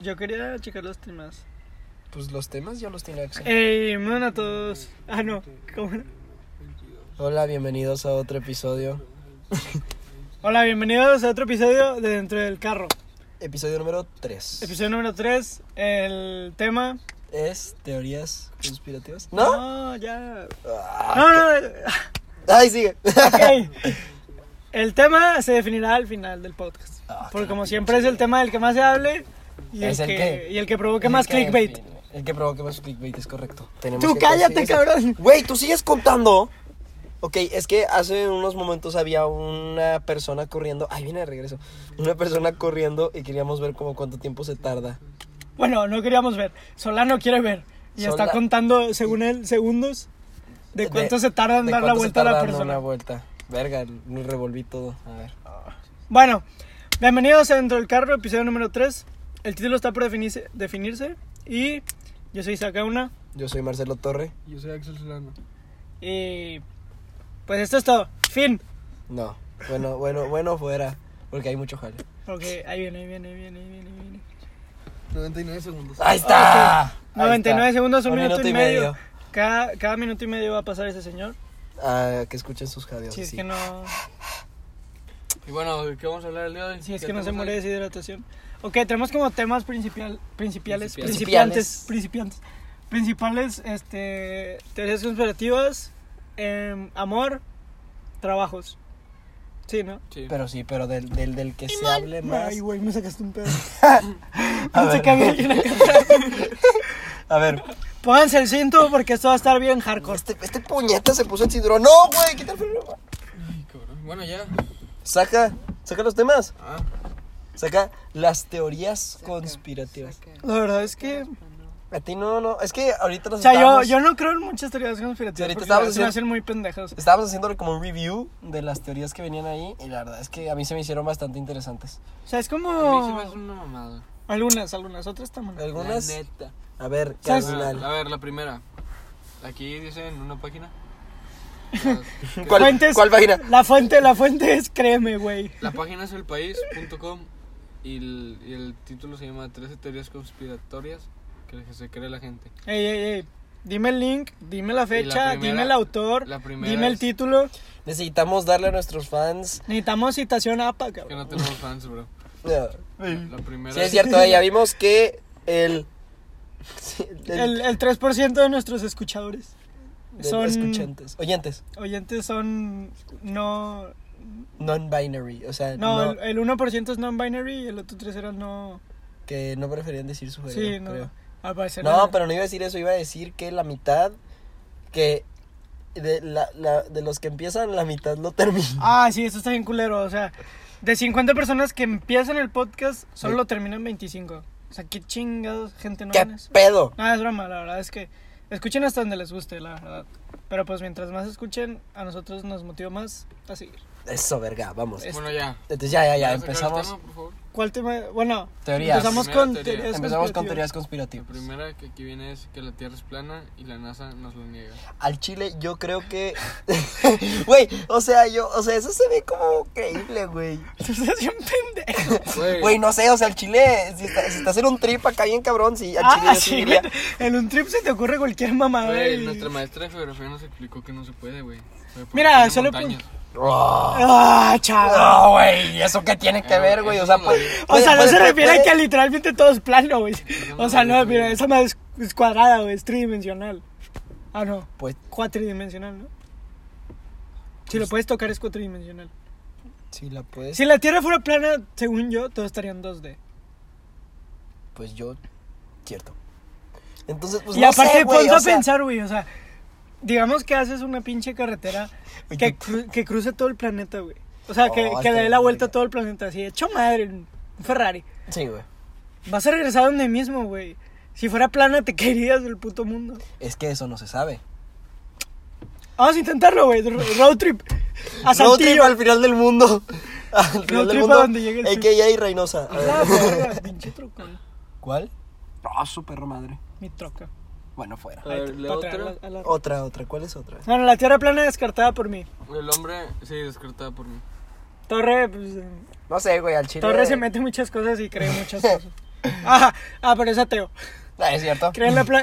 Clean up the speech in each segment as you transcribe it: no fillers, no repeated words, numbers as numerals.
Yo quería checar los temas. Pues los temas ya los tiene Axel. Muy buenas a todos. Ah, no, ¿cómo no? Hola, bienvenidos a otro episodio. Hola, bienvenidos a otro episodio de Dentro del Carro. Episodio número 3. Episodio número 3. El tema... ¿Es teorías conspirativas? ¿No? No, ya... Ah, No. Ay, sigue. Ok. El tema se definirá al final del podcast. Porque como siempre es el tema del que más se hable y Es el que provoque más clickbait. El que provoque más clickbait, es correcto. Tú cállate, cabrón. Güey, tú sigues contando. Ok, es que hace unos momentos había una persona corriendo. Ay, viene de regreso. Una persona corriendo y queríamos ver como cuánto tiempo se tarda. Bueno, no queríamos ver. Solano quiere ver. Y está contando, según él, segundos de cuánto se tarda en dar la vuelta a la persona. Una vuelta. Verga, me revolví todo. A ver. Bueno, bienvenidos a Dentro del Carro, episodio número 3. El título está por definirse. Y yo soy Sacauna. Yo soy Marcelo Torre. Yo soy Axel Solano. Y pues esto es todo. Fin. No. Bueno, fuera. Porque hay mucho jale. Ok, ahí viene. 99 segundos. ¡Ahí está! Okay. 99 segundos, un minuto y medio. medio. Cada minuto y medio va a pasar ese señor. Que escuchen sus jadeos. Si es sí. que no... Y bueno, ¿de qué vamos a hablar el día de hoy? Si es que no se muere de deshidratación. Ok, tenemos como temas principales, teorías conspirativas, amor, trabajos. Sí, ¿no? Sí. Pero del que se hable más. Ay, güey, me sacaste un pedo. A Pensé ver. que había alguien acá. A ver. Pónganse el cinto porque esto va a estar bien hardcore. Este puñeta se puso el cinturón. ¡No, güey! ¡Quita el freno! Ay, cabrón. Bueno, ya. Saca los temas. Ah. Saca las teorías conspirativas. La verdad es que... A ti no. Es que ahorita nos O sea, estábamos... yo no creo en muchas teorías conspirativas. Sí, ahorita Porque estábamos se me haciendo- hacen muy pendejas. Estábamos haciéndole como un review de las teorías que venían ahí. Y la verdad es que a mí se me hicieron bastante interesantes. O sea, es A mí se me como... hace una mamada. Algunas, otras también. Algunas... La neta. A ver, ¿Sabes? carnal. A ver, la primera. Aquí dice en una página. Fuentes- ¿Cuál página? La fuente es créeme, güey. La página es elpaís.com y el título se llama 13 teorías conspiratorias que se cree la gente. Ey. Dime el link, dime la fecha, primera- dime el autor, la primera dime el es- título. Necesitamos darle a nuestros fans... Necesitamos citación APA, Que cabrón. no tenemos fans, bro. No. La primera Sí, es cierto, ya vimos que el El 3% de nuestros escuchadores son... escuchantes, Oyentes son no... non-binary, o sea, No, no, el 1% es non-binary y el otro 3 era no... que no preferían decir su género, Sí, no. creo. Al parecer No, pero no iba a decir eso, iba a decir que la mitad, que de los que empiezan, la mitad lo terminan. Ah, sí, eso está bien culero, o sea... De 50 personas que empiezan el podcast, solo Sí. lo terminan 25. O sea, qué chingados, gente no ¿Qué van a eso. pedo? No, es broma, la verdad es que escuchen hasta donde les guste, la verdad. Pero pues mientras más escuchen, a nosotros nos motiva más a seguir. Eso, verga, vamos. Es- Bueno, ya. Entonces ya, ¿Vas a sacar el empezamos. tema, por favor? ¿Cuál tema? Bueno, Teorías. empezamos Primera con teoría. teorías Empezamos con teorías La conspirativas. primera que aquí viene es que la Tierra es plana y la NASA nos lo niega. Al chile, yo creo que. Güey, o sea, eso se ve como creíble, güey. Tú estás bien pendejo. Güey, no sé, o sea, al chile, si estás en un trip acá bien cabrón, sí, al chile yo sí sí, diría. güey. En un trip se te ocurre cualquier mamada. Güey, y- nuestra maestra de geografía nos explicó que no se puede, güey. Mira, Tiene solo montañas. Ah, chaval. No, güey, ¿y eso qué tiene que ver, güey? O sea, pues. O sea, no se refiere a puede- que literalmente todo es plano, güey. O sea, no, no, mira, güey. esa madre es cuadrada, güey, es tridimensional. Ah, no, Pues, cuatridimensional, ¿no? Si lo puedes tocar es cuatridimensional. si la puedes. Si la Tierra fuera plana, según yo, todo estaría en 2D. Pues yo. Cierto. Entonces, pues Y no aparte, sé, güey, ponte o a sea, pensar, güey, o sea, digamos que haces una pinche carretera que cruce todo el planeta, güey. O sea, que estaría dé la vuelta a verga. todo el planeta, así, hecho madre, un Ferrari. Sí, güey. Vas a regresar donde mismo, güey. Si fuera plana, te caerías del puto mundo. Es que eso no se sabe. Vamos a intentarlo, güey. Road trip. A Road trip Saltillo. al final del mundo. Al final Road del trip mundo. a donde llegue el AKA Reynosa. A ver. Ah, verga, pinche trocón. ¿Cuál? Ah, su perro madre. Mi troca. Bueno, fuera. A ver, Ahí, la pa' otra. traerla a la- Otra. ¿Cuál es otra? Bueno, la tierra plana descartada por mí. El hombre, sí, descartada por mí. Torre, pues, No sé, güey, al chile. Torre se mete muchas cosas y cree muchas cosas. Pero es ateo. Es cierto. Cree en la...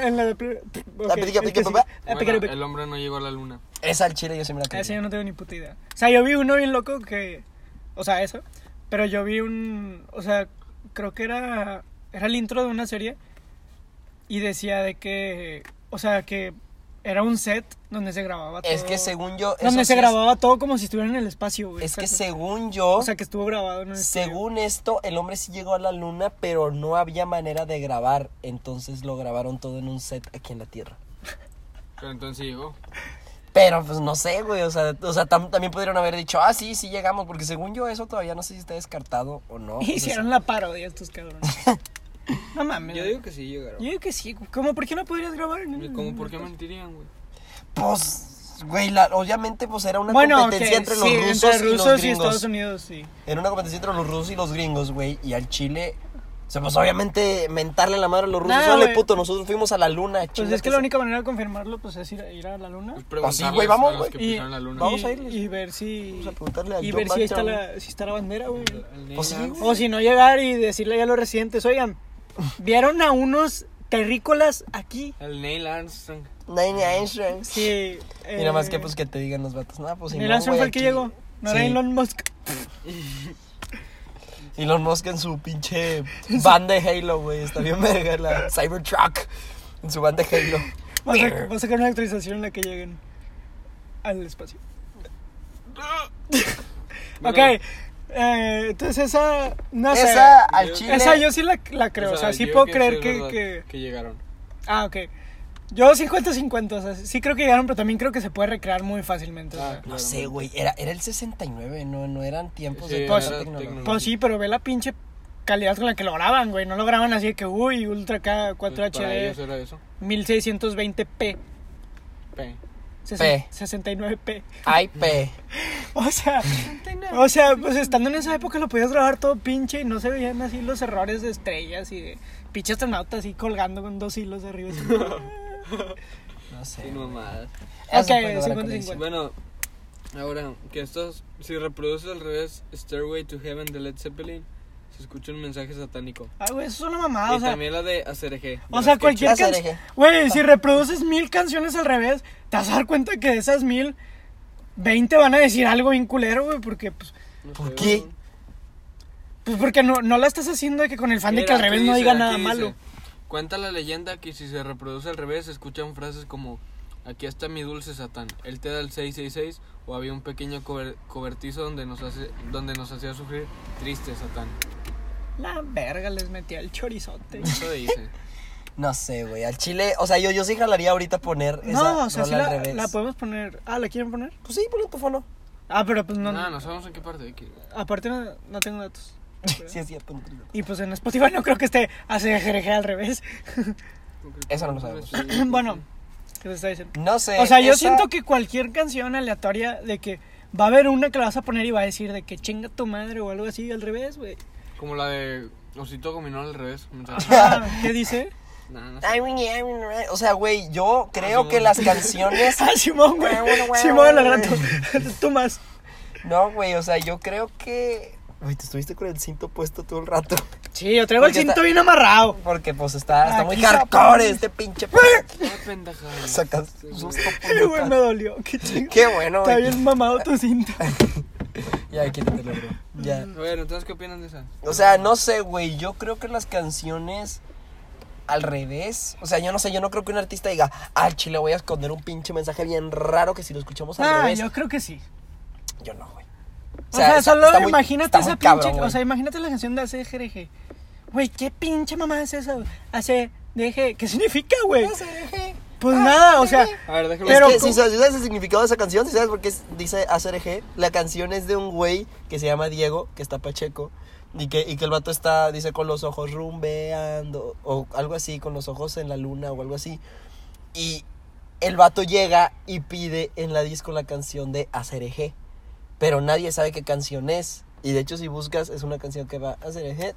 Bueno, el hombre no llegó a la luna. Esa al chile yo sí me la creo. Ese yo no tengo ni puta idea. O sea, yo vi uno bien loco que... O sea, eso. Pero yo vi un... O sea, creo que era el intro de una serie. Y decía de que... O sea, que era un set donde se grababa todo. Es que según yo... Donde se grababa todo como si estuviera en el espacio, güey. Es que según yo... O sea, que estuvo grabado en el Según esto, el hombre sí llegó a la luna, pero no había manera de grabar. Entonces lo grabaron todo en un set aquí en la Tierra. Pero entonces llegó. Pero pues no sé, güey, o sea también podrían haber dicho, sí llegamos, porque según yo eso todavía no sé si está descartado o no. Hicieron la parodia estos cabrones. No mames. Yo digo que sí llegaron. Yo digo que sí. ¿Cómo? ¿Por qué no podrías grabar? ¿Cómo? ¿Por qué mentirían, güey? Pues, güey, obviamente pues era una competencia entre los rusos entre y los rusos y gringos. Estados Unidos, sí. Era una competencia entre los rusos y los gringos, güey, y al Chile... O sea, pues obviamente mentarle la madre a los rusos. Dale, puto, nosotros fuimos a la luna. Pues es que la única manera de confirmarlo pues es ir a la luna. Pues sí, güey, vamos, güey. Vamos a irles. Y ver si... Vamos a preguntarle a y ver si está la bandera, güey. Pues sí, güey. O si no, llegar y decirle a los residentes, oigan, ¿vieron a unos terrícolas aquí? El Neil Armstrong. Neil Armstrong. Sí. Y nada más que pues que te digan los vatos. No, pues Neil Armstrong fue el que llegó. No era Elon Musk. Elon Musk en su pinche van de Halo, güey. Está bien verga la Cybertruck. En su van de Halo. Va a sacar una actualización en la que lleguen al espacio. Ok. Entonces esa... No sé. Esa al chile... Esa yo sí la creo. O sea, sí puedo creer que llegaron. Ok. Yo 50-50, o sea, sí creo que llegaron, pero también creo que se puede recrear muy fácilmente. O sea. No sé, güey, era el 69, no eran tiempos de tecnología. Pues sí, pero ve la pinche calidad con la que lo graban, güey. No lo graban así de que, Ultra K, 4 pues para HD, ellos era eso. 1620p. P. 69p. Ay, P. O sea, pues estando en esa época lo podías grabar todo pinche y no se veían así los errores de estrellas y de pinche astronautas así colgando con 2 hilos de arriba. No sé. Sin mamadas. Ok, 50-50. Bueno, ahora que si reproduces al revés Stairway to Heaven de Led Zeppelin, se escucha un mensaje satánico. Güey, eso es una mamada. Y también la de ACRG. O sea, cualquier canción. Güey, si reproduces 1000 canciones al revés, te vas a dar cuenta que de esas 1000, 20 van a decir algo bien culero, güey, porque pues... ¿Por qué? Pues porque no la estás haciendo de que con el fan de que al revés no diga nada malo. Cuenta la leyenda que si se reproduce al revés se escuchan frases como: aquí está mi dulce Satán, él te da el 666, o había un pequeño cobertizo donde nos hacía sufrir triste Satán. La verga les metía el chorizote. Eso dice. No sé, güey, al chile, o sea, yo sí jalaría ahorita poner esa no, o sea, sí al revés. la podemos poner. ¿La quieren poner? Pues sí, ponle tu fono. Pero pues no. No sabemos en qué parte de aquí. Aparte no tengo datos. Sí, es cierto, no tengo datos. Y pues en Spotify no creo que esté ACRG al revés. Eso no lo sabemos. Bueno, ¿qué te está diciendo? No sé. O sea, yo siento que cualquier canción aleatoria de que va a haber una que la vas a poner y va a decir de que chinga tu madre o algo así al revés, güey. Como la de Osito Gominón al revés. ¿Qué dice? No sé. O sea, güey, yo creo que las canciones... Simón, güey. Simón, el rato. Tú más. No, güey, o sea, yo creo que... Güey, te estuviste con el cinto puesto todo el rato. Sí, yo traigo el cinto bien amarrado. Porque pues está muy hardcore este pinche... Qué pendeja. Sacas susto, Qué güey, me dolió. Qué bueno, güey. Está bien mamado tu cinto. Ya, quítatelo, bro. Ya. Bueno, entonces, ¿qué opinan de esa? O sea, no sé, güey, yo creo que las canciones... al revés, o sea, yo no creo que un artista diga, chile, voy a esconder un pinche mensaje bien raro que si lo escuchamos al revés. Yo creo que sí. Yo no, güey. O sea, solo imagínate esa pinche, cabrón, o sea, imagínate la canción de ACRG. Güey, ¿qué pinche mamá es esa? ACRG, ¿qué significa, güey? ACRG. Pues nada, o sea, a ver, déjalo. Pero si sabes el significado de esa canción, si sabes por qué dice ACRG, la canción es de un güey que se llama Diego, que está pacheco. Y que el vato está, dice, con los ojos rumbeando, o algo así, con los ojos en la luna, o algo así. Y el vato llega y pide en la disco la canción de ACRG. Pero nadie sabe qué canción es. Y de hecho, si buscas, es una canción que va ACRG.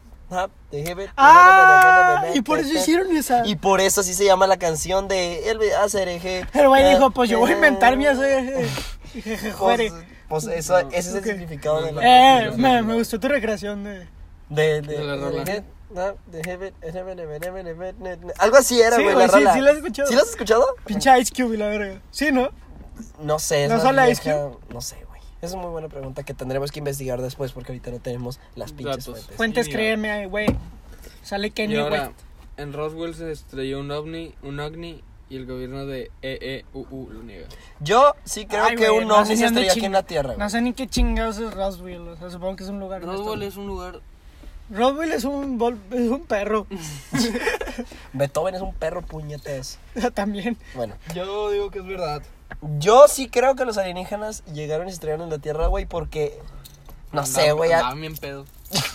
Y por eso hicieron esa. Y por eso así se llama la canción de el ACRG. El güey dijo, pues yo voy a inventar mi ACRG. Pues eso, ese es el significado de la me gustó tu recreación de la rola. Algo así era, Sí, güey, güey, la sí, rola. sí la he escuchado. ¿Sí la has escuchado? Pinche Ice Cube y la verga. Sí, ¿no? No sé, es ¿No más sale Ice vieja. No sé, güey. Es una muy buena pregunta que tendremos que investigar después porque ahorita no tenemos las pinches Datos. fuentes. Fuentes, Sí, créeme, güey. Sale Y Kenny ahora, West. en Roswell se estrelló un ovni y el gobierno de EEUU lo niega. Yo sí creo Ay, que güey, un no ovni sé se ni dónde estrelló aquí en la Tierra, güey. No sé ni qué chingados es Roswell. O sea, supongo que es un lugar. Roswell es un lugar... Roswell es un perro. Beethoven es un perro puñetas. También. Bueno, Yo digo que es verdad. yo sí creo que los alienígenas llegaron y se estrellaron en la Tierra, güey, porque... No sé, güey. Andaban bien pedo.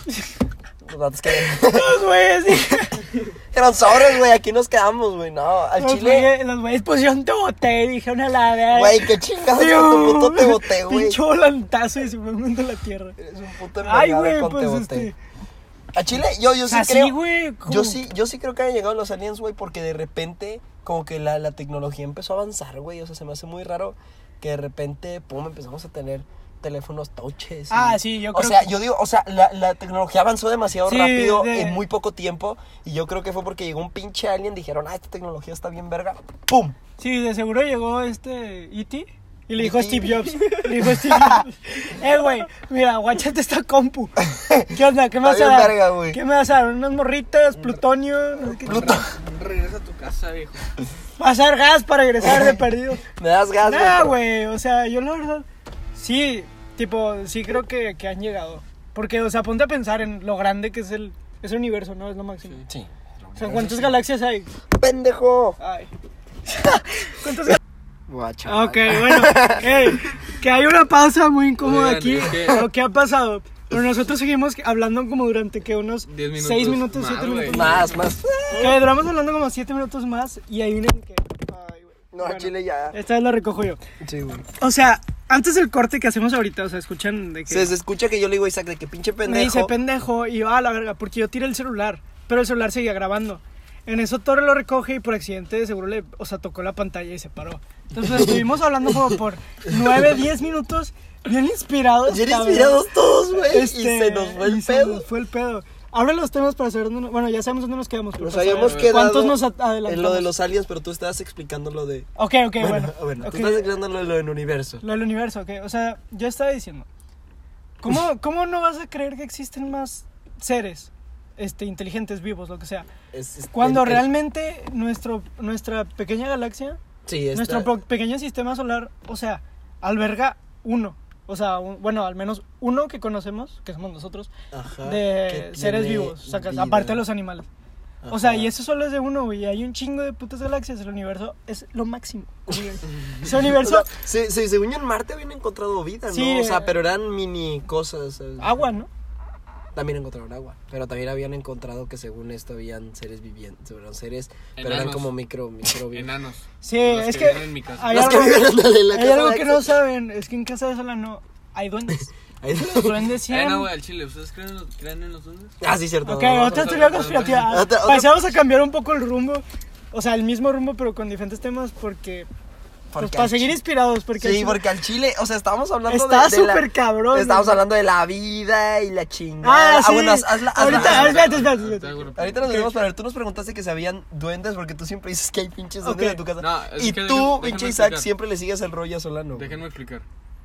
Los datos que... Los güeyes, sí. Eran sobres, güey, aquí nos quedamos, güey. No, al chile... Los güeyes pusieron te boté y dijeron a la verga. Güey, qué chingados con tu puto te boté, güey. Pinche volantazo y se fue a la tierra. Eres un puto Ay, envergado güey, con pues te boté. A Chile, yo sí Así, creo... güey. ¿cómo? Yo sí creo que han llegado los aliens, güey, porque de repente como que la tecnología empezó a avanzar, güey. O sea, se me hace muy raro que de repente, pum, empezamos a tener teléfonos touches. Sí, yo O creo sea, que... yo digo, o sea, la tecnología avanzó demasiado Sí, rápido de- en muy poco tiempo. Y yo creo que fue porque llegó un pinche alien, dijeron, esta tecnología está bien verga. ¡Pum! Sí, de seguro llegó E.T. y le dijo a E.T.. Steve Jobs. Le dijo a Steve Jobs. Güey, mira, guachate esta compu. ¿Qué onda? ¿Qué me vas a Está bien dar? verga, güey. ¿Qué me vas a dar? ¿Unas morritas? ¿Plutonio? No sé qué. Regresa a tu casa, viejo. ¿Vas a dar gas para regresar de perdido? Me das gas, Nah, güey, o sea, yo la verdad... Sí, tipo, sí creo que han llegado. Porque, o sea, ponte a pensar en lo grande que es el universo, ¿no? Es lo máximo. Sí. O sea, ¿cuántas galaxias hay? ¡Pendejo! Ay. ¿Cuántas galaxias? Guacha. Ok, bueno, que hay una pausa muy incómoda Oigan, aquí, es que- lo que ha pasado. Pero nosotros seguimos hablando como durante que unos 10 minutos 6 minutos, más, 7 güey. minutos Más. Que duramos hablando como 7 minutos más y ahí viene que... Ay, güey. No, a Chile ya. Esta vez lo recojo yo. Sí, güey. O sea, antes del corte que hacemos ahorita, o sea, escuchan de que... Se escucha que yo le digo a Isaac de que pinche pendejo. Me dice pendejo y yo, la verga, porque yo tiré el celular, pero el celular seguía grabando. En eso Torre lo recoge y por accidente seguro tocó la pantalla y se paró. Entonces estuvimos hablando como por 9, 10 minutos, bien inspirados. Bien cabrón. inspirados todos, güey. Y Este, se nos fue y el se pedo. nos fue el pedo. Ahora los temas para saber dónde... Bueno, ya sabemos dónde nos quedamos. pero Nos para habíamos saber quedado ¿Cuántos nos adelantamos? en lo de los aliens, pero tú estabas explicando lo de... Ok, bueno. Bueno, Ok. tú estás explicando lo del universo. Lo del universo, ok. O sea, yo estaba diciendo, ¿cómo no vas a creer que existen más seres inteligentes, vivos, lo que sea? Cuando realmente nuestra pequeña galaxia, Sí, nuestro pequeño sistema solar, o sea, alberga uno. O sea, bueno, al menos uno que conocemos, que somos nosotros, de seres vivos, sacas, aparte de los animales. O sea, y eso solo es de uno, güey. Hay un chingo de putas galaxias. El universo es lo máximo. Ese universo... Según yo en Marte habían encontrado vida, ¿no? Sí, O sea, pero eran mini cosas. ¿sabes? Agua, ¿no? También encontraron agua. Pero también habían encontrado que según esto habían seres vivientes. Eran seres, pero eran Enanos. como microbios. Enanos. Sí, Los es que que... viven en mi casa. Hay Los algo, que viven en la hay casa algo de que Axel. no saben. Es que en casa de Solano hay duendes. Los duendes siempre... No, güey, al chile, ¿ustedes creen en los duendes? Ah, sí, cierto. Ok, No, otra teoría conspirativa. Otra- Pasamos a cambiar un poco el rumbo. O sea, el mismo rumbo, pero con diferentes temas. Porque pues, para al seguir chi- inspirados. Porque Sí, porque al Chile, o sea, estábamos hablando está de la- súper cabrón. Estábamos güey. hablando de la vida y la chingada. Ah, sí. Bueno, hazla. Ahorita, espérate. Ahorita nos venimos para ver. Tú nos preguntaste que se habían duendes porque tú siempre dices que hay pinches duendes Ok. en tu casa. No, es y que tú, déjenme pinche Isaac, explicar. siempre le sigues el rollo a Solano. Déjenme explicar.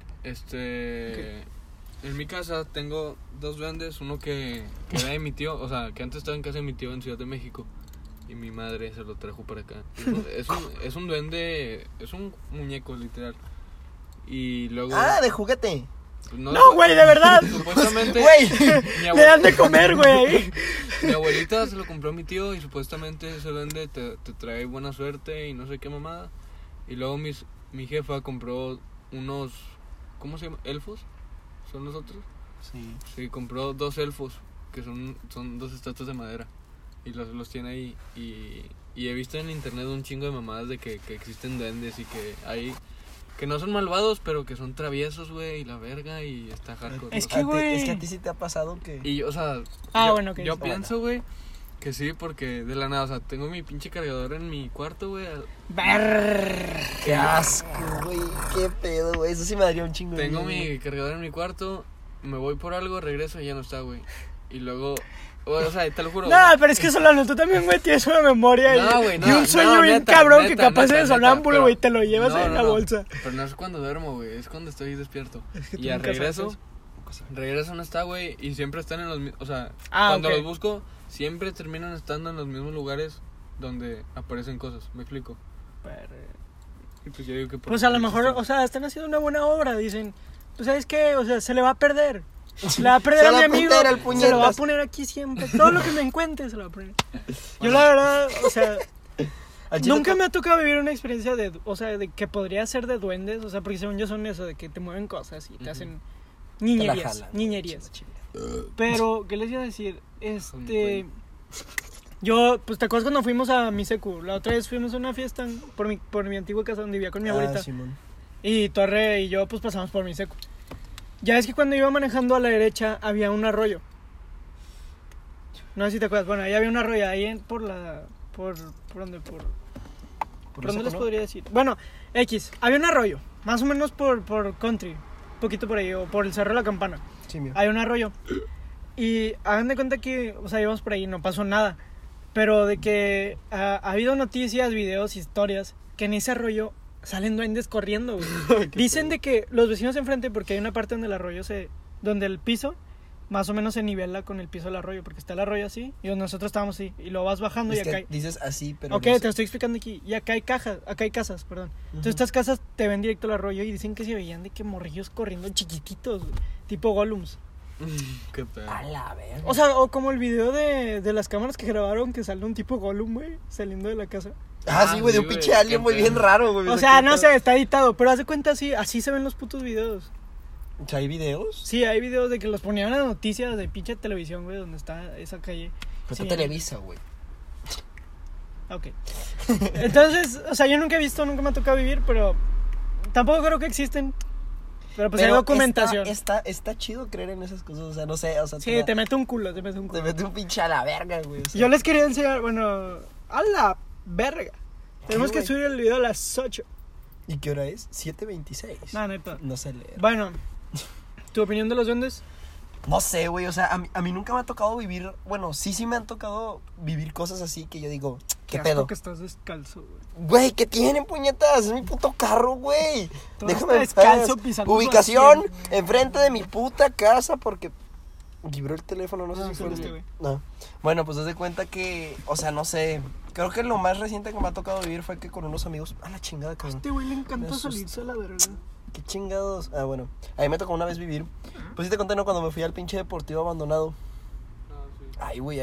En mi casa tengo dos duendes, uno que era de mi tío, o sea, que antes estaba en casa de mi tío en Ciudad de México y mi madre se lo trajo para acá. Es un duende, es un muñeco literal. Y luego Ah, de juguete. pues, No, güey, de verdad. Supuestamente Güey. mi, Le dan de comer, güey. mi abuelita se lo compró a mi tío y supuestamente ese duende te trae buena suerte y no sé qué mamada. Y luego mi jefa compró unos, ¿cómo se llama? ¿Elfos? ¿Son los otros? Sí. Sí, compró 2 elfos, que son 2 estatuas de madera. Y los tiene ahí. Y he visto en internet un chingo de mamadas de que existen duendes y que hay... Que no son malvados, pero que son traviesos, güey, y la verga, y está hardcore. Es o que, sea, güey. Es que a ti sí te ha pasado que... Y yo, o sea... Ah, yo, bueno, ok. Yo pienso, güey, que sí, porque de la nada, o sea, tengo mi pinche cargador en mi cuarto, güey. Qué asco, güey. Qué pedo, güey. Eso sí me daría un chingo de Tengo miedo. mi cargador en mi cuarto, me voy por algo, regreso y ya no está, güey. Y luego O sea, te lo juro. No, pero es que Solano, tú también, güey, tienes una memoria No, güey, no, y un sueño no, bien neta, cabrón neta, que capaz neta, eres sonámbulo, neta, güey, te lo llevas no, en no, la no. bolsa. Pero no es cuando duermo, güey, es cuando estoy despierto. Es que tú Y al nunca regreso, sabes. no está, güey, y siempre están en los mismos, o sea, Ah, cuando ok. los busco, siempre terminan estando en los mismos lugares donde aparecen cosas, ¿me explico? Y pues yo digo que... Pues a lo mejor, o sea, están haciendo una buena obra, dicen. Pues, ¿sabes qué? O sea, se le va a perder. Se le va a perder Se a la mi va a amigo. perder al Se lo va a puñetas. poner aquí siempre. Todo lo que me encuentre se lo va a poner. Yo la verdad, o sea, Al chile nunca to- me ha tocado vivir una experiencia de, o sea, de que podría ser de duendes, o sea, porque según yo son eso, de que te mueven cosas y te hacen te la niñerías, jalan. niñerías. Chile. Pero, ¿qué les iba a decir? Yo, pues, ¿te acuerdas cuando fuimos a mi secu? La otra vez fuimos a una fiesta por mi antigua casa donde vivía con mi abuelita. Simón. Y Torre y yo, pues, pasamos por mi secu. Ya ves que cuando iba manejando a la derecha había un arroyo. No sé si te acuerdas. Bueno, ahí había un arroyo, ahí por la... ¿Por dónde? ¿Por dónde les podría decir? Bueno, X. Había un arroyo, más o menos por Country. Un poquito por ahí, o por el Cerro de la Campana. Sí, mío. Hay un arroyo. Y hagan de cuenta que, o sea, íbamos por ahí, no pasó nada. Pero de que ha habido noticias, videos, historias, que en ese arroyo salen duendes corriendo, güey. Dicen de que los vecinos enfrente, porque hay una parte donde el arroyo donde el piso más o menos se nivela con el piso del arroyo, porque está el arroyo así, y donde nosotros estábamos así, y lo vas bajando Es y acá que hay... dices así, pero Ok, no sé. te lo estoy explicando aquí. Y acá hay casas, perdón. Entonces estas casas te ven directo al arroyo y dicen que se veían de que morrillos corriendo chiquititos, güey, tipo Gollums. Qué pedo. A la verga. O sea, o como el video de las cámaras que grabaron que sale un tipo Gollum, güey, saliendo de la casa. Sí, güey, de un sí, pinche güey, alien, qué güey, bien pedo. raro, güey. O sea, no sé, está editado, pero haz de cuenta así se ven los putos videos. O sea, ¿hay videos? Sí, hay videos de que los ponían en las noticias de pinche televisión, güey, donde está esa calle. Pues Sí, está Televisa, güey. Ok. Entonces, o sea, yo nunca he visto, nunca me ha tocado vivir, pero tampoco creo que existen. Pero pues hay documentación. Está chido creer en esas cosas, o sea, no sé, o sea... Sí, te mete un culo, te mete un Te culo. mete un pinche a la verga, güey. O sea. Yo les quería enseñar, bueno, a la verga. Tenemos que güey? subir el video a las 8. ¿Y qué hora es? 7:26. No hay pedo. No sé leer. Bueno, ¿tu opinión de los duendes? No sé, güey, o sea, a mí nunca me ha tocado vivir... Bueno, sí me han tocado vivir cosas así que yo digo, ¿qué asco pedo? que estás descalzo, güey. Güey, ¿qué tienen, puñetas? Es mi puto carro, güey. Todo Déjame está en paz. descalzo pisando Ubicación su asiento. enfrente de mi puta casa porque... Vibró el teléfono, no sé No, si fue fue este, el... güey. No. Bueno, pues haz de cuenta que... O sea, no sé. Creo que lo más reciente que me ha tocado vivir fue que con unos amigos... A la chingada, A cabrón. este güey le encanta Me asusta. salirse a la verga. Qué chingados. Ah, bueno. A mí me tocó una vez vivir. Pues sí te conté, ¿no? Cuando me fui al pinche deportivo abandonado. Ay, güey,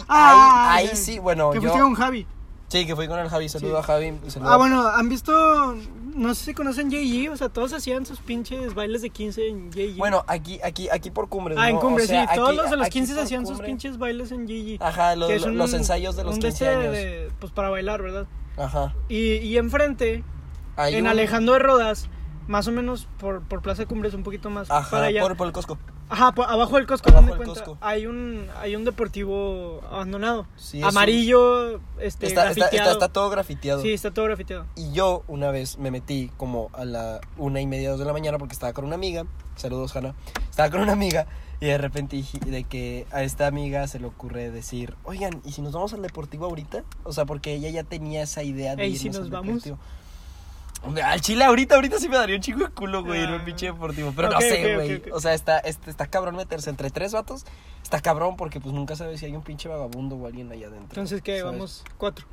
ahí sí. Bueno, Que yo... fuiste con Javi. Sí, que fui con el Javi. Saludo Sí. a Javi. Y saludo a- Bueno, ¿han visto? No sé si conocen JG, o sea, todos hacían sus pinches bailes de 15 en JG. Bueno, aquí por Cumbres, en ¿no? Cumbre, O sea, sí, todos aquí- los de los aquí 15 por hacían sus Cumbre. pinches bailes en JG. Ajá, que es los ensayos de los un 15 este años. pues para bailar, ¿verdad? Ajá. Y enfrente, Hay en un- Alejandro de Rodas, más o menos por Plaza de Cumbres, un poquito más Ajá, para allá. por el Costco. Ajá, abajo del Costco, Abajo ¿dónde del cuenta? Costco. Hay un deportivo abandonado. Sí, es Amarillo, grafiteado. está todo grafiteado. Sí, está todo grafiteado. Y yo una vez me metí como a la 1:30, 2 de la mañana porque estaba con una amiga. Saludos, Hanna. Estaba con una amiga y de repente dije de que a esta amiga se le ocurre decir, oigan, ¿y si nos vamos al deportivo ahorita? O sea, porque ella ya tenía esa idea de Ey, irnos ¿si nos al vamos? deportivo. Hombre, al Chile ahorita sí me daría un chingo de culo, güey, ir a un Ah. pinche deportivo. Pero no Ok, sé, ok, güey. ok. O sea, está cabrón meterse entre 3 vatos. Está cabrón porque pues nunca sabes si hay un pinche vagabundo o alguien allá adentro. Entonces, ¿qué? ¿sabes? Vamos 4.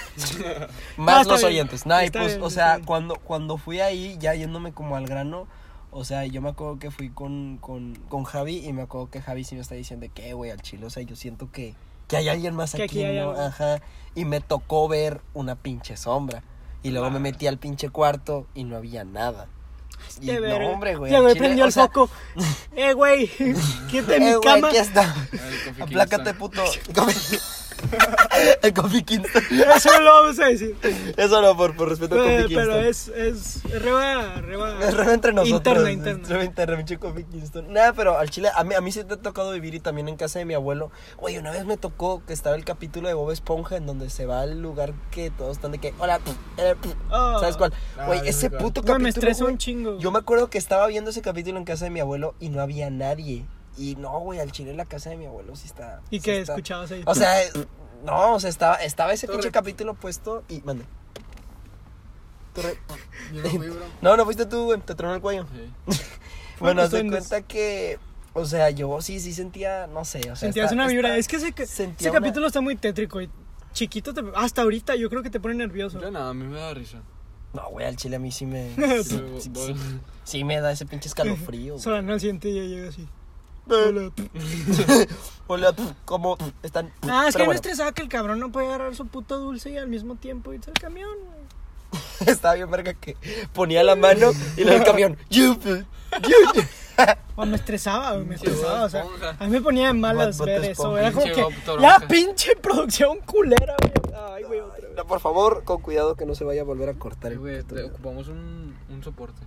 Más está los bien. oyentes. Nah, y Está pues, bien, o está sea, bien. cuando fui ahí, ya yéndome como al grano, o sea, yo me acuerdo que fui con Javi y me acuerdo que Javi sí me está diciendo de que, güey, al chile, o sea, yo siento que hay alguien más Que aquí, aquí hay ¿no? algo. Ajá. Y me tocó ver una pinche sombra. Y luego me metí al pinche cuarto y no había nada. Y De ver, no, hombre, güey. ya, al güey, chile, prendió o el sea, foco. Güey, quédate en mi güey, cama. aquí está. El Coffee Aplácate, Kingston. puto. El Coffee Kingston. Eso no lo vamos a decir. Eso no, por respeto al Coffee Kingston. Pero es reba. Es re entre nosotros. Interna. Interna, pinche Coffee Kingston. Nada, pero al chile, a mí sí te ha tocado vivir y también en casa de mi abuelo. Güey, una vez me tocó que estaba el capítulo de Bob Esponja en donde se va al lugar que todos están de que, hola, Oh. ¿sabes cuál? Güey, sí ese sé cuál. puto No, capítulo, me estresa güey, un chingo. yo me acuerdo que estaba viendo ese capítulo en casa de mi abuelo y no había nadie. Y no, güey, al chile en la casa de mi abuelo sí está. ¿Y sí qué está. escuchabas ahí? O sea, no, o sea, estaba ese Torre. pinche capítulo puesto y. Mande. Torre. Yo no fui, bro. No fuiste tú, güey, te tronó el cuello. Sí. Bueno, haz de duendes. cuenta que. O sea, yo sí sentía, no sé, o sea. Sentías una vibra. Es que ese sentía ese capítulo está muy tétrico y chiquito. Hasta ahorita yo creo que te pone nervioso. Yo nada, a mí me da risa. No, güey, al chile a mí sí me. Sí, sí, voy- sí me da ese pinche escalofrío. güey. Solo no siente y ya llega así. Hola, ¿cómo están? Es Pero que me bueno, estresaba que el cabrón no puede agarrar su puto dulce y al mismo tiempo irse al camión, güey. estaba bien verga que ponía la mano y luego el camión. O me estresaba, güey, me Sí, estresaba. Bob O sea, Esponja. a mí me ponía de malas Bob ver eso, Esponja. güey. Era como Pinche Bob que, Toronja. ya pinche producción culera, güey. Ay, güey, otra vez. No, por favor, con cuidado que no se vaya a volver a cortar el Güey, puto video. ocupamos un soporte.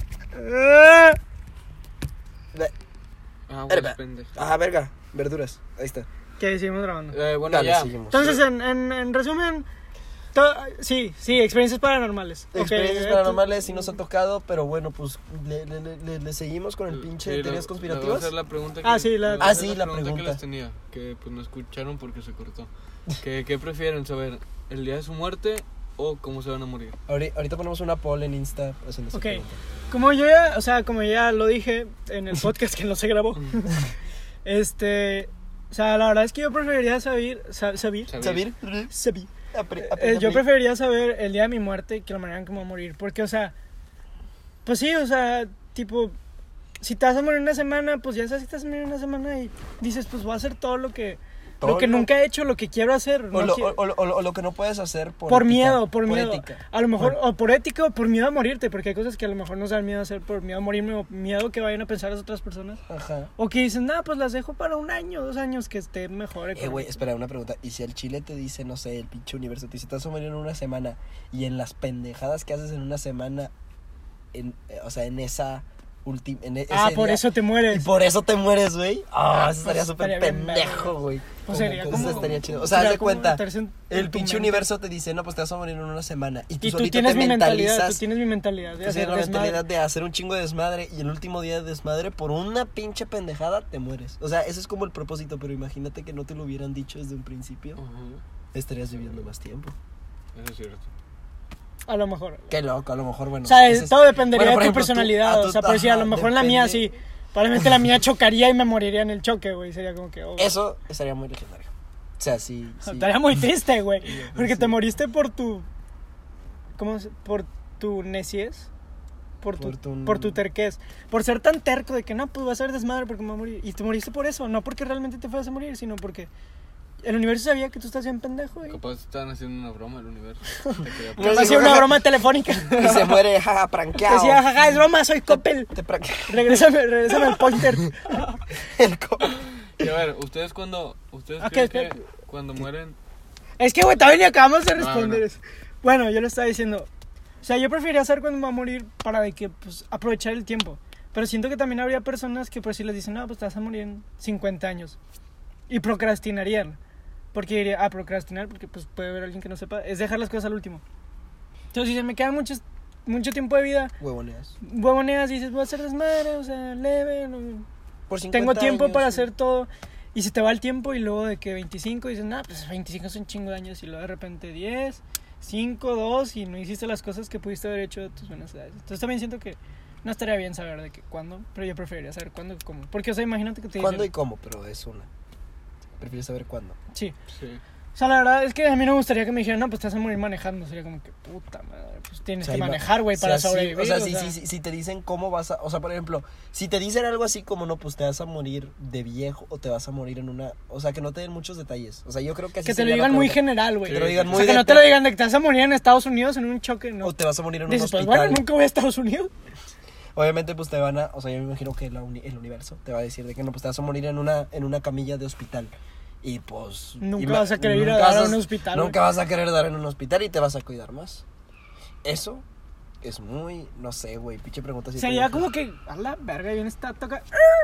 Ve- Ah, Verga. güey, pendejo. Ah, verga, verduras. Ahí está. Que seguimos grabando. Bueno, Dale, ya. seguimos. Entonces, en resumen, sí, experiencias paranormales. Ok, Experiencias paranormales sí nos ha tocado, pero bueno, pues le seguimos con el pinche Sí, teorías le voy a conspirativas. hacer la pregunta que, Ah, sí, le voy a la- hacer sí, la que pregunta. les tenía, que pues no escucharon porque se cortó. ¿Qué prefieren saber? ¿El día de su muerte o cómo se van a morir? Ahorita ponemos una poll en Insta haciendo esa Ok, pregunta. como ya lo dije en el podcast que no se grabó, o sea, la verdad es que yo preferiría saber, ¿Sabir? yo preferiría saber el día de mi muerte que la manera en que me voy a morir, porque, o sea, pues sí, o sea, tipo, si te vas a morir una semana, pues ya sabes que te vas a morir una semana y dices, pues voy a hacer todo lo que nunca he hecho, lo que quiero hacer. O, no lo, quiero- o lo que no puedes hacer por por ética, miedo, por miedo. ética. A lo mejor, o por ética o por miedo a morirte, porque hay cosas que a lo mejor nos dan miedo a hacer por miedo a morirme o miedo que vayan a pensar las otras personas. Ajá. O que dicen, pues las dejo para 1 año, 2 años que esté mejor. Güey, espera, una pregunta. ¿Y si el Chile te dice, no sé, el pinche universo, te dice, te vas a morir en una semana y en las pendejadas que haces en una semana, o sea, en esa última... por eso te mueres. Y por eso te mueres, güey. Ah, eso estaría pues, súper estaría bien pendejo, verga. güey. Pues sería Eso como- estaría chido. O sea, haz sería de como cuenta, meterse en el tu pinche mente. universo te dice, no, pues te vas a morir en una semana. Y tú Y tú solito tienes te mi mentalidad, mentalizas. tú tienes mi mentalidad de Tú tienes hacer la mentalidad desmadre. de hacer un chingo de desmadre y el último día de desmadre por una pinche pendejada te mueres. O sea, ese es como el propósito, pero imagínate que no te lo hubieran dicho desde un principio. Estarías viviendo más tiempo. Eso es cierto. A lo mejor. Qué loco, a lo mejor, bueno. O sea, ese es- todo dependería Bueno, de por tu ejemplo, personalidad. O sea, por decir, a lo ajá, mejor la mía depende. sí. Probablemente la mía chocaría y me moriría en el choque, güey. Sería como que. Eso estaría muy legendario. O sea, sí. Estaría muy triste, güey. Porque sí. te moriste por tu. ¿Cómo se? Por tu neciez. Por tu terquez. Por ser tan terco de que no, pues voy a hacer desmadre porque me voy a morir. Y te moriste por eso. No porque realmente te fueras a morir, sino porque el universo sabía que tú estás bien pendejo, güey. Capaz estaban haciendo una broma el universo. Te quería No, Me hacía una broma telefónica. Y se muere, jaja, pranqueado. Decía, jaja, es broma, soy Coppel. Te pranquea. Regrésame el pointer. El co- Y a ver, ¿ustedes Ok, creen que espérate. cuando mueren? Es que, güey, también acabamos de responder No. eso. Bueno, yo le estaba diciendo. O sea, yo preferiría saber cuándo me va a morir para de que, pues, aprovechar el tiempo. Pero siento que también habría personas que, pues, si les dicen, no, pues te vas a morir en 50 años. Y procrastinarían. Porque diría, procrastinar, porque, pues, puede haber alguien que no sepa, es dejar las cosas al último. Entonces, si se me queda mucho tiempo de vida, Huevoneas. huevoneas y dices, voy a hacer desmadre, o sea, leve, no, Por 50 tengo tiempo años, para güey. hacer todo. Y se te va el tiempo y luego de que 25 dices, pues 25 es un chingo de años. Y luego de repente 10, 5, 2 y no hiciste las cosas que pudiste haber hecho de tus buenas edades. Entonces también siento que no estaría bien saber de que cuándo, pero yo preferiría saber cuándo y cómo. Porque, o sea, imagínate que te ¿Cuándo y dicen... cómo? Pero es una. Prefieres saber cuándo. Sí. Sí. O sea, la verdad es que a mí no me gustaría que me dijeran, no, pues te vas a morir manejando. Sería como que, puta madre, pues tienes O sea, que manejar, güey, para sí, sobrevivir. o sea, si te dicen cómo vas a... O sea, por ejemplo, si te dicen algo así como, no, pues te vas a morir de viejo o te vas a morir en una... O sea, que no te den muchos detalles. O sea, yo creo que así Que te lo sería la digan muy pregunta. general, güey. Que te lo digan O muy sea, que de- no te lo digan de que te vas a morir en Estados Unidos en un choque, no. O te vas a morir en un Dices, pues hospital. bueno, nunca voy a Estados Unidos. Obviamente, pues te van a... O sea, yo me imagino que el universo te va a decir de que no, pues te vas a morir en una camilla de hospital. Y pues... Nunca vas a querer ir a dar a un hospital, Nunca güey. vas a querer dar en un hospital y te vas a cuidar más. Eso es muy... No sé, güey. Pinche pregunta. Si Sería como que, a la verga, viene esta toca.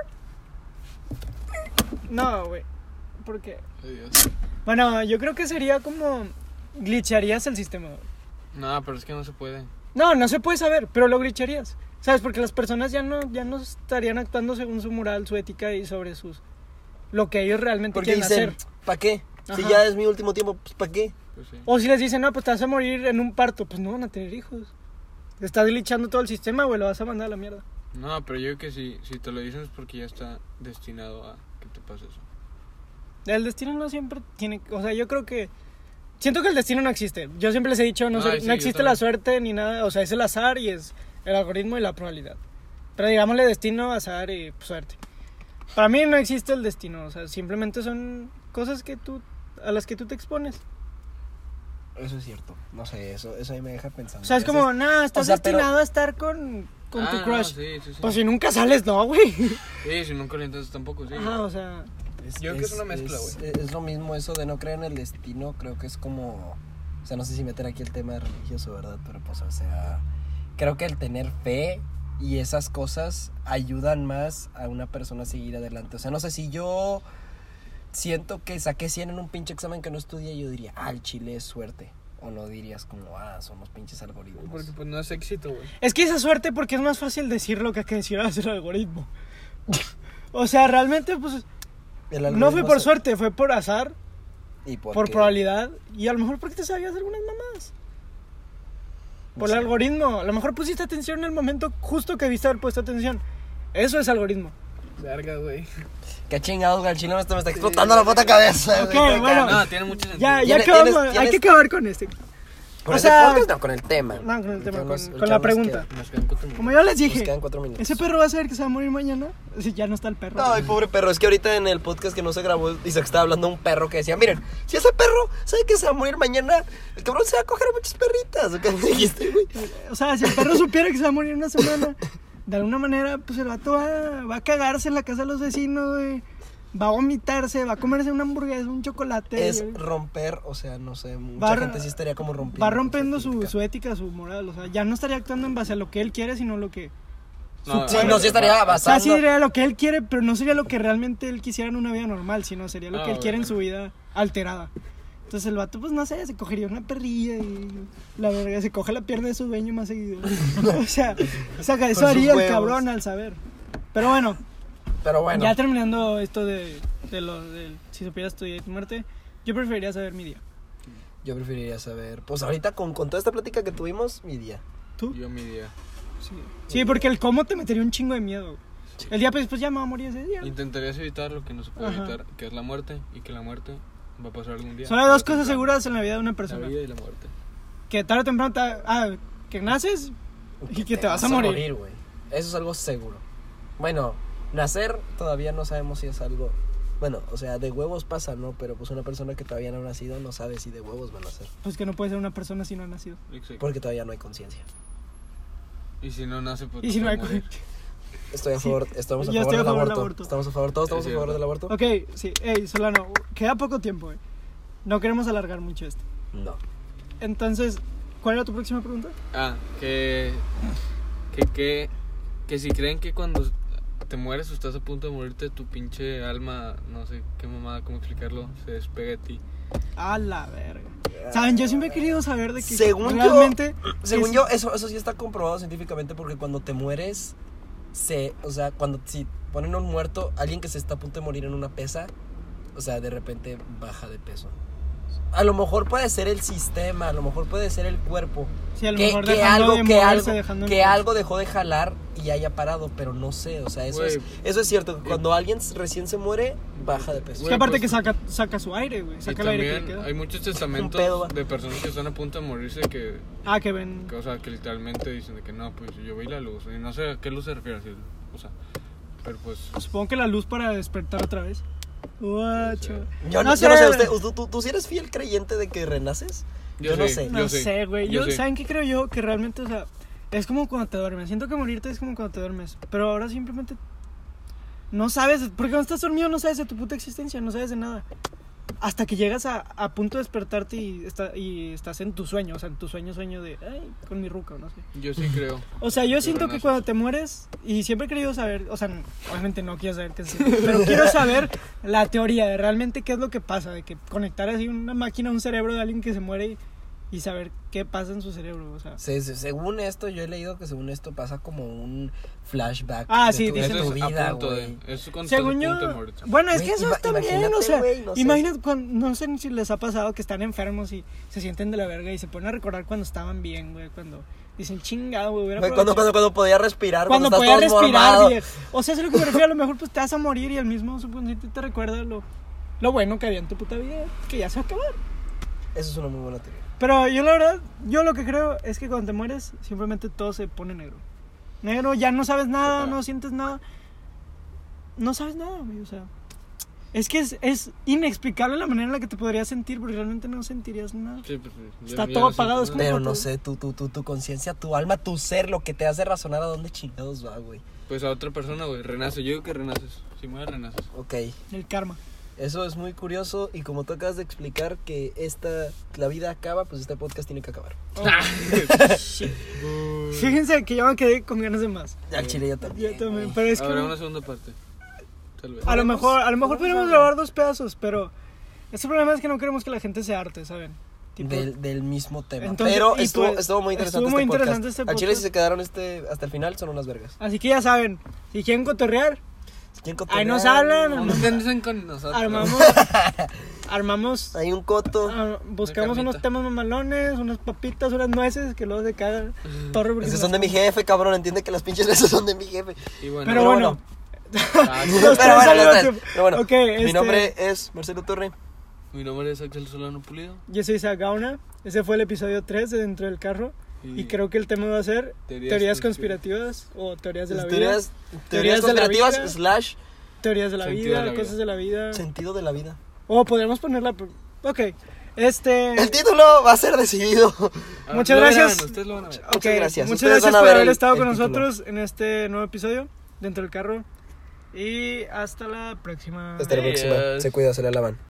No, güey. ¿Por qué? Adiós. Bueno, yo creo que sería como glitcharías el sistema. Güey. No, pero es que no se puede. No se puede saber, pero lo glitcharías. ¿Sabes? Porque las personas ya no estarían actuando según su moral, su ética y sobre lo que ellos realmente Porque quieren dicen, hacer. ¿para qué? Si Ajá. ya es mi último tiempo, pues ¿para qué? Pues sí. O si les dicen, no, pues te vas a morir en un parto, pues no van a tener hijos. Estás glitchando todo el sistema, güey, lo vas a mandar a la mierda. No, pero yo creo que si te lo dicen es porque ya está destinado a que te pase eso. El destino no siempre tiene... O sea, yo creo que... Siento que el destino no existe. Yo siempre les he dicho, no Ay, sí, yo existe la también. suerte ni nada. O sea, es el azar y es el algoritmo y la probabilidad. Pero digámosle destino, azar y suerte. Para mí no existe el destino. O sea, simplemente son cosas a las que tú te expones. Eso es cierto. No sé, eso ahí me deja pensando. O sea, es como, nada, estás o sea, pero- destinado a estar con tu No, crush. sí. Pues si nunca sales, no, güey. Sí, si nunca lo intentas tampoco, sí. Ajá, o sea... Yo creo que es una mezcla, güey. Es lo mismo eso de no creer en el destino, creo que es como... O sea, no sé si meter aquí el tema religioso, ¿verdad? Pero pues, o sea, creo que el tener fe y esas cosas ayudan más a una persona a seguir adelante. O sea, no sé si yo siento que saqué 100 en un pinche examen que no estudié, yo diría, el chile es suerte. O no dirías como, son los pinches algoritmos. Porque pues no es éxito, güey. Es que esa suerte porque es más fácil decirlo que decir el algoritmo. O sea, realmente, pues... El No algoritmo fue por se- suerte, fue por azar, ¿Y por qué? probabilidad y a lo mejor porque te sabías algunas mamás. Por No el sé. algoritmo, a lo mejor pusiste atención en el momento justo que viste haber puesto atención. Eso es algoritmo. Verga, güey. Qué chingados, güey, el chile me está explotando la puta cabeza. Ok, güey. bueno. No, tiene mucho sentido. Ya Tienes- acabamos, tienes- hay que acabar con este. ¿Con o este sea- podcast? No, con el tema. No, con el tema, Nos- con nos la quedan- pregunta. Nos quedan 4 minutos. Como yo les Nos dije, quedan 4 minutos. ese perro va a saber que se va a morir mañana. Si ya no está el perro. Ay, pobre perro, es que ahorita en el podcast que no se grabó, Isaac estaba hablando de un perro que decía, miren, si ese perro sabe que se va a morir mañana, el cabrón se va a coger a muchas perritas. ¿O qué me dijiste, güey? O sea, si el perro supiera que se va a morir en una semana, de alguna manera, pues el vato va a cagarse en la casa de los vecinos, güey. Va a vomitarse, va a comerse una hamburguesa, un chocolate. Es güey. romper, o sea, no sé, mucha Va- gente sí estaría como rompiendo. Va rompiendo con su ética, su moral. O sea, ya no estaría actuando en base a lo que él quiere, sino lo que... No, Sí, no, sí estaría O sea, basando. sí sería lo que él quiere, pero no sería lo que realmente él quisiera en una vida normal, sino sería lo que él quiere en su vida alterada. Entonces el vato, pues no sé, se cogería una perrilla y la verga, se coge la pierna de su dueño más seguido. O sea, eso sus haría el huevos. cabrón al saber. Pero bueno, Pero bueno, ya terminando esto de si supieras tu día y tu muerte, yo preferiría saber mi día. yo preferiría saber, pues ahorita con toda esta plática que tuvimos, mi día. ¿Tú? Yo mi día. Sí, porque el cómo te metería un chingo de miedo. El día pues ya me va a morir ese día. Intentarías evitar lo que no se puede Ajá. evitar, que es la muerte, y que la muerte va a pasar algún día. Solo hay dos cosas Temprano. seguras en la vida de una La persona. vida y la muerte. Que tarde o temprano que naces y que te vas a morir. güey. Eso es algo seguro. Bueno, nacer todavía no sabemos si es algo. Bueno, o sea, de huevos pasa, ¿no? Pero pues una persona que todavía no ha nacido no sabe si de huevos va a nacer. Pues que no puede ser una persona si no ha nacido. Exacto. Porque todavía no hay conciencia. Y si no nace, pues Y si no hay... morir. Estoy a favor, estamos a Yo favor estoy a del favor del aborto. aborto. Estamos a favor, todos estamos Es a favor cierto. del aborto. Ok, sí. Ey, Solano, queda poco tiempo, güey. No queremos alargar mucho esto. No. Entonces, ¿cuál era tu próxima pregunta? Ah, que si creen que cuando te mueres o estás a punto de morirte, tu pinche alma, no sé qué mamada, cómo explicarlo, se despega de ti. A la verga. Saben, yo siempre he querido saber de que Según realmente... Según es- yo, eso sí está comprobado científicamente porque cuando te mueres, o sea, si ponen a un muerto, alguien que se está a punto de morir en una pesa, o sea, de repente baja de peso. A lo mejor puede ser el sistema, a lo mejor puede ser el cuerpo. Sí, a lo Que, mejor que dejando algo, de que, moverse, algo, dejando de que moverse. algo dejó de jalar y haya parado, pero no sé, o sea, eso Güey. es cierto, que cuando alguien recién se muere, baja de peso. Es Güey, que aparte pues- que saca su aire, güey. Y Saca el aire que le también queda. hay muchos Un pedo, testamentos va. de personas que están a punto de morirse que Que ven... o sea, que literalmente dicen de que no, pues yo vi la luz. Y no sé a qué luz se refiere, así, o sea, pero pues... Supongo que la luz para despertar otra vez. Guacho. Yo no sé, ¿tú sí eres fiel creyente de que renaces? Yo no sé. No sí. sé, güey. Yo sí. ¿Saben qué creo yo? Que realmente, o sea, es como cuando te duermes. Siento que morirte es como cuando te duermes. Pero ahora simplemente no sabes, porque cuando estás dormido no sabes de tu puta existencia, no sabes de nada. Hasta que llegas a punto de despertarte y estás en tu sueño, o sea, en tu sueño de, ay, con mi ruca, no sé. Yo sí creo. O sea, yo Que siento que renaces. cuando te mueres, y siempre he querido saber, o sea, obviamente no quiero saber qué es, pero quiero saber la teoría de realmente qué es lo que pasa, de que conectar así una máquina a un cerebro de alguien que se muere y saber qué pasa en su cerebro, o sea. Según esto, yo he leído que según esto pasa como un flashback Sí, de dicen tu Eso es a vida, punto güey. eso con Según todo yo, punto de muerte. bueno, es Güey, que eso está bien, imagínate, o sea, güey, no sé. imagínate, no sé si les ha pasado que están enfermos y se sienten de la verga y se ponen a recordar cuando estaban bien, güey, cuando dicen, chingado, güey, hubiera Güey, aprovechado". cuando podía respirar, Cuando estás podía todo respirar, mormado. viejo. O sea, eso es lo que me refiero, a lo mejor pues te vas a morir y el mismo subconsciente te recuerda lo bueno que había en tu puta vida, que ya se va a acabar. Eso es una muy buena teoría. Pero yo la verdad, yo lo que creo es que cuando te mueres, simplemente todo se pone negro. Negro, ya no sabes nada, no sientes nada. No sabes nada, güey, o sea. Es que es inexplicable la manera en la que te podrías sentir, porque realmente no sentirías nada. Sí, pues, Está ya todo no sé, apagado, es como- Pero no sé, tu conciencia, tu alma, tu ser, lo que te hace razonar a dónde chingados va, güey. Pues a otra persona, güey, renace. Yo digo que renaces. Si mueres, renaces. Ok. El karma. Eso es muy curioso y como tú acabas de explicar que la vida acaba, pues este podcast tiene que acabar. Shit. Fíjense que yo me quedé con ganas de más. Al chile yo también. Yo también, güey. pero es que Habrá una segunda parte. Tal vez. a lo mejor podríamos grabar 2 pedazos, pero este problema es que no queremos que la gente se harte, ¿saben? Tipo, Del mismo tema. Entonces, pero y estuvo pues, muy interesante estuvo muy este podcast. interesante este Al chile podcast. si se quedaron hasta el final son unas vergas. así que ya saben, si quieren cotorrear, ¿Quién ahí nos hablan, No se dicen con nosotros. armamos, Hay un coto. buscamos Una unos carnita. temas mamalones, unas papitas, unas nueces, que luego se cagan torre porque Esos se son de las mi jefe, cabrón. Entiende que las pinches veces son de mi jefe. Y bueno, Pero bueno. ah, Los Pero tres bueno, al mismo los tres. tiempo. Pero bueno, Ok, mi nombre es Marcelo Torre. mi nombre es Axel Solano Pulido. Yo soy Isaac Gauna. Ese fue el episodio 3 de Dentro del Carro. Y creo que el tema va a ser teorías conspirativas o teorías de la vida. Teorías Teorías de la conspirativas vida. /sentido Teorías de la Sentido vida, de la cosas de la vida. de la vida. O podríamos ponerla. Ok. El título va a ser decidido. Muchas Lo verán, gracias. ustedes lo van a ver. Ok, Muchas gracias. Muchas Ustedes gracias van a por ver haber el estado con título. nosotros en este nuevo episodio Dentro del Carro. Y hasta la próxima. Hasta la próxima. Adiós. Se cuida, se la lavan.